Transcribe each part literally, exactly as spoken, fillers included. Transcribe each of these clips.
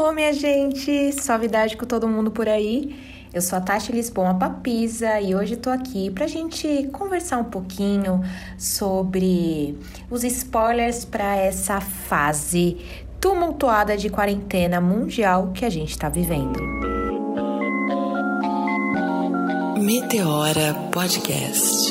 Alô, minha gente! Suavidade com todo mundo por aí. Eu sou a Tati Lisboa Papisa e hoje tô aqui pra gente conversar um pouquinho sobre os spoilers para essa fase tumultuada de quarentena mundial que a gente tá vivendo. Meteora Podcast.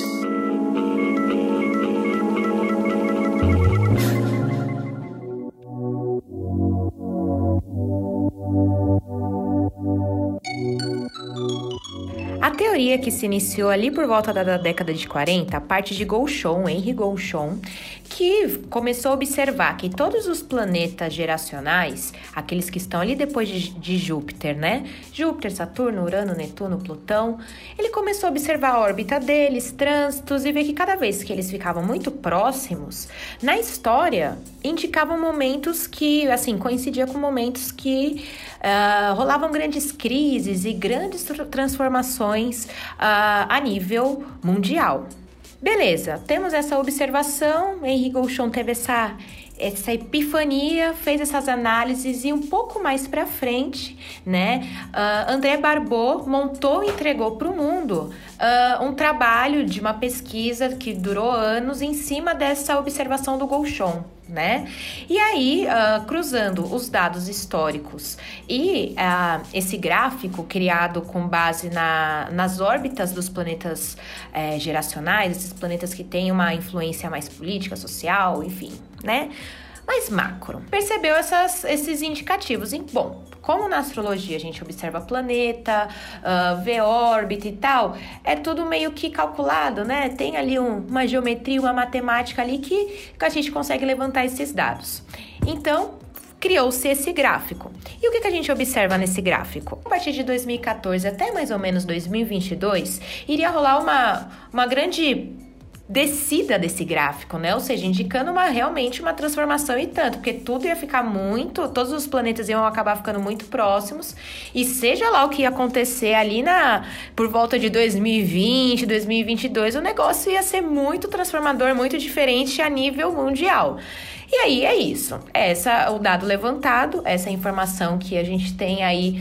A teoria que se iniciou ali por volta da década de quarenta, a parte de Gauchon, Henri Gauchon, que começou a observar que todos os planetas geracionais, aqueles que estão ali depois de, de Júpiter, né? Júpiter, Saturno, Urano, Netuno, Plutão, ele começou a observar a órbita deles, trânsitos, e ver que cada vez que eles ficavam muito próximos, na história, indicavam momentos que, assim, coincidia com momentos que uh, rolavam grandes crises e grandes transformações uh, a nível mundial. Beleza, temos essa observação, Henri Gauchon teve essa, essa epifania, fez essas análises e um pouco mais para frente, né, uh, André Barbeau montou e entregou para o mundo uh, um trabalho de uma pesquisa que durou anos em cima dessa observação do Gauchon, né? E aí, uh, cruzando os dados históricos e uh, esse gráfico criado com base na, nas órbitas dos planetas eh, geracionais, esses planetas que têm uma influência mais política, social, enfim, né? Mais macro. Percebeu essas, esses indicativos. E, bom, como na astrologia a gente observa planeta, uh, vê órbita e tal, é tudo meio que calculado, né? Tem ali um, uma geometria, uma matemática ali que, que a gente consegue levantar esses dados. Então, criou-se esse gráfico. E o que, que a gente observa nesse gráfico? A partir de dois mil e catorze até mais ou menos dois mil e vinte e dois, iria rolar uma, uma grande descida desse gráfico, né? Ou seja, indicando uma, realmente uma transformação e tanto, porque tudo ia ficar muito, todos os planetas iam acabar ficando muito próximos, e seja lá o que ia acontecer ali na, por volta de dois mil e vinte, dois mil e vinte e dois, o negócio ia ser muito transformador, muito diferente a nível mundial. E aí é isso, é essa, o dado levantado, essa informação que a gente tem aí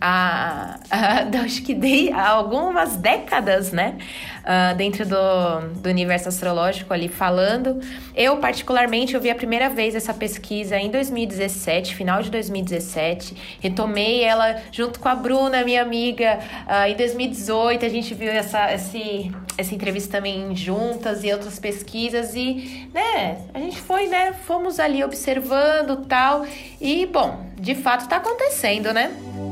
há, há, acho que de, há algumas décadas, né? Uh, dentro do, do universo astrológico ali falando. Eu, particularmente, eu vi a primeira vez essa pesquisa em dois mil e dezessete, final de dois mil e dezessete. Retomei ela junto com a Bruna, minha amiga, uh, em dois mil e dezoito. A gente viu essa, esse, essa entrevista também juntas e outras pesquisas. E, né, a gente foi, né, fomos ali observando e tal. E, bom, de fato tá acontecendo, né?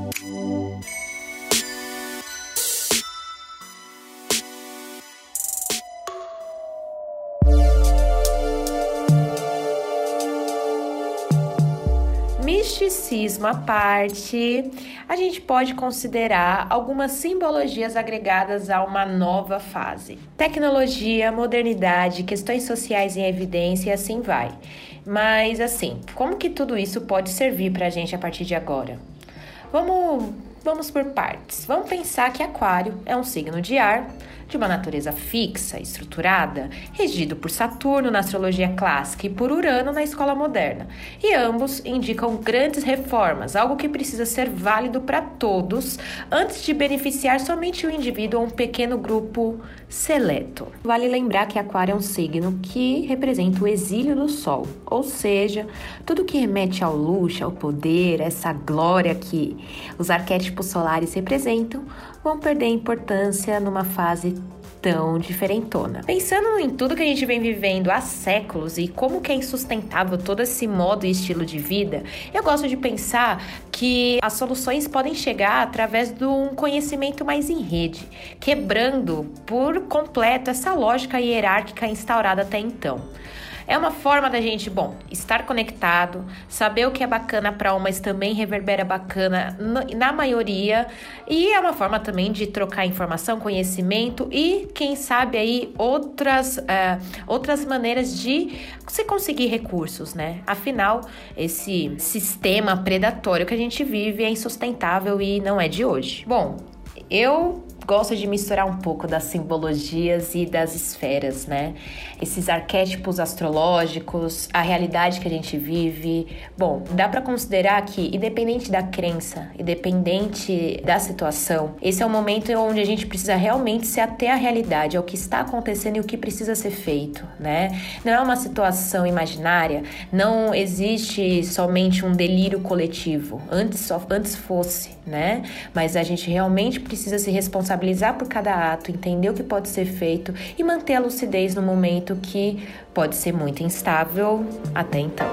Misticismo à parte, a gente pode considerar algumas simbologias agregadas a uma nova fase. Tecnologia, modernidade, questões sociais em evidência e assim vai. Mas assim, como que tudo isso pode servir pra gente a partir de agora? Vamos, vamos por partes. Vamos pensar que Aquário é um signo de ar, de uma natureza fixa, estruturada, regido por Saturno na astrologia clássica e por Urano na escola moderna. E ambos indicam grandes reformas, algo que precisa ser válido para todos, antes de beneficiar somente o indivíduo ou um pequeno grupo seleto. Vale lembrar que Aquário é um signo que representa o exílio do Sol, ou seja, tudo que remete ao luxo, ao poder, essa glória que os arquétipos solares representam, vão perder importância numa fase tão diferentona. Pensando em tudo que a gente vem vivendo há séculos e como que é insustentável todo esse modo e estilo de vida, eu gosto de pensar que as soluções podem chegar através de um conhecimento mais em rede, quebrando por completo essa lógica hierárquica instaurada até então. É uma forma da gente, bom, estar conectado, saber o que é bacana para umas também reverbera bacana na maioria, e é uma forma também de trocar informação, conhecimento e, quem sabe, aí outras, uh, outras maneiras de se conseguir recursos, né? Afinal, esse sistema predatório que a gente vive é insustentável e não é de hoje. Bom, eu gosto de misturar um pouco das simbologias e das esferas, né? Esses arquétipos astrológicos, a realidade que a gente vive. Bom, dá para considerar que, independente da crença, independente da situação, esse é o momento onde a gente precisa realmente se ater à realidade, ao que está acontecendo e o que precisa ser feito, né? Não é uma situação imaginária, não existe somente um delírio coletivo, antes, só, antes fosse, né? Mas a gente realmente precisa se responsabilizar por cada ato, entender o que pode ser feito e manter a lucidez no momento que pode ser muito instável até então.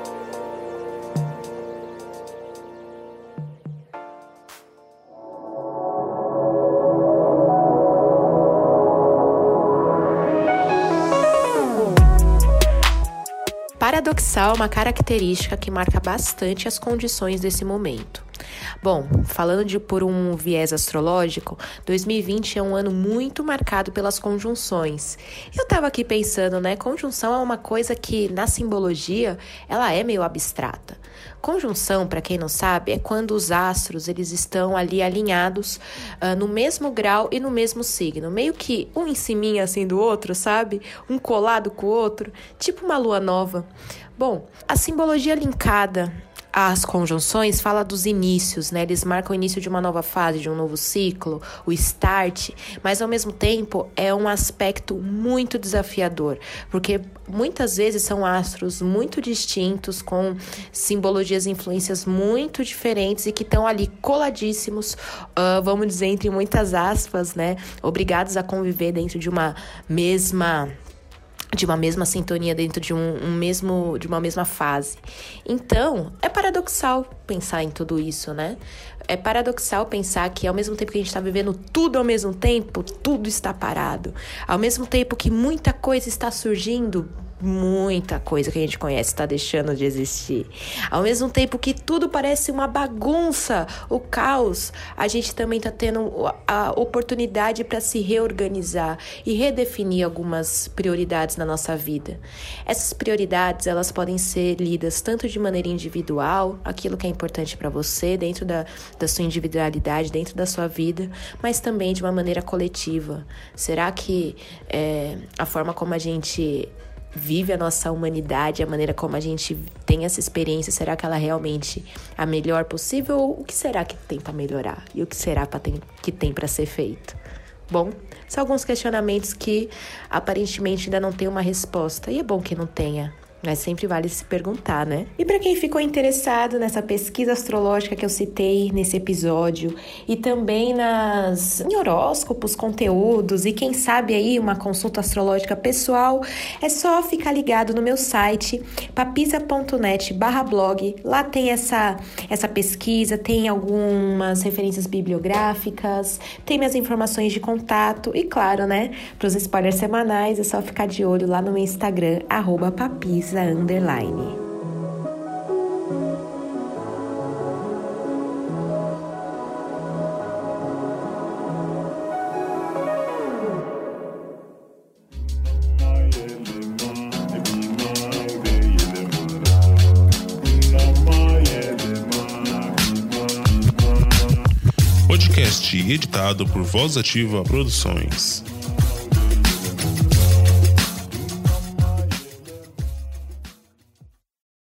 Paradoxal é uma característica que marca bastante as condições desse momento. Bom, falando de por um viés astrológico, dois mil e vinte é um ano muito marcado pelas conjunções. Eu tava aqui pensando, né, conjunção é uma coisa que na simbologia ela é meio abstrata. Conjunção, para quem não sabe, é quando os astros eles estão ali alinhados uh, no mesmo grau e no mesmo signo, meio que um em cima assim do outro, sabe? Um colado com o outro, tipo uma lua nova. Bom, a simbologia linkada as conjunções fala dos inícios, né? Eles marcam o início de uma nova fase, de um novo ciclo, o start, mas ao mesmo tempo é um aspecto muito desafiador, porque muitas vezes são astros muito distintos, com simbologias e influências muito diferentes e que estão ali coladíssimos, uh, vamos dizer, entre muitas aspas, né? Obrigados a conviver dentro de uma mesma... de uma mesma sintonia, dentro de, um, um mesmo, de uma mesma fase. Então, é paradoxal pensar em tudo isso, né? É paradoxal pensar que ao mesmo tempo que a gente está vivendo tudo ao mesmo tempo, tudo está parado. Ao mesmo tempo que muita coisa está surgindo, muita coisa que a gente conhece está deixando de existir. Ao mesmo tempo que tudo parece uma bagunça, o caos, a gente também está tendo a oportunidade para se reorganizar e redefinir algumas prioridades na nossa vida. Essas prioridades, elas podem ser lidas tanto de maneira individual, aquilo que é importante para você, dentro da, da sua individualidade, dentro da sua vida, mas também de uma maneira coletiva. Será que é, a forma como a gente vive a nossa humanidade, a maneira como a gente tem essa experiência, será que ela é realmente a melhor possível? Ou o que será que tem para melhorar? E o que será pra tem, que tem para ser feito? Bom, são alguns questionamentos que aparentemente ainda não tem uma resposta. E é bom que não tenha, mas sempre vale se perguntar, né? E para quem ficou interessado nessa pesquisa astrológica que eu citei nesse episódio e também nas em horóscopos, conteúdos e quem sabe aí uma consulta astrológica pessoal, é só ficar ligado no meu site papisa ponto net barra blog. Lá tem essa, essa pesquisa, tem algumas referências bibliográficas, tem minhas informações de contato e claro, né, para os spoilers semanais é só ficar de olho lá no meu Instagram, arroba papisa underline. Podcast editado por Voz Ativa Produções.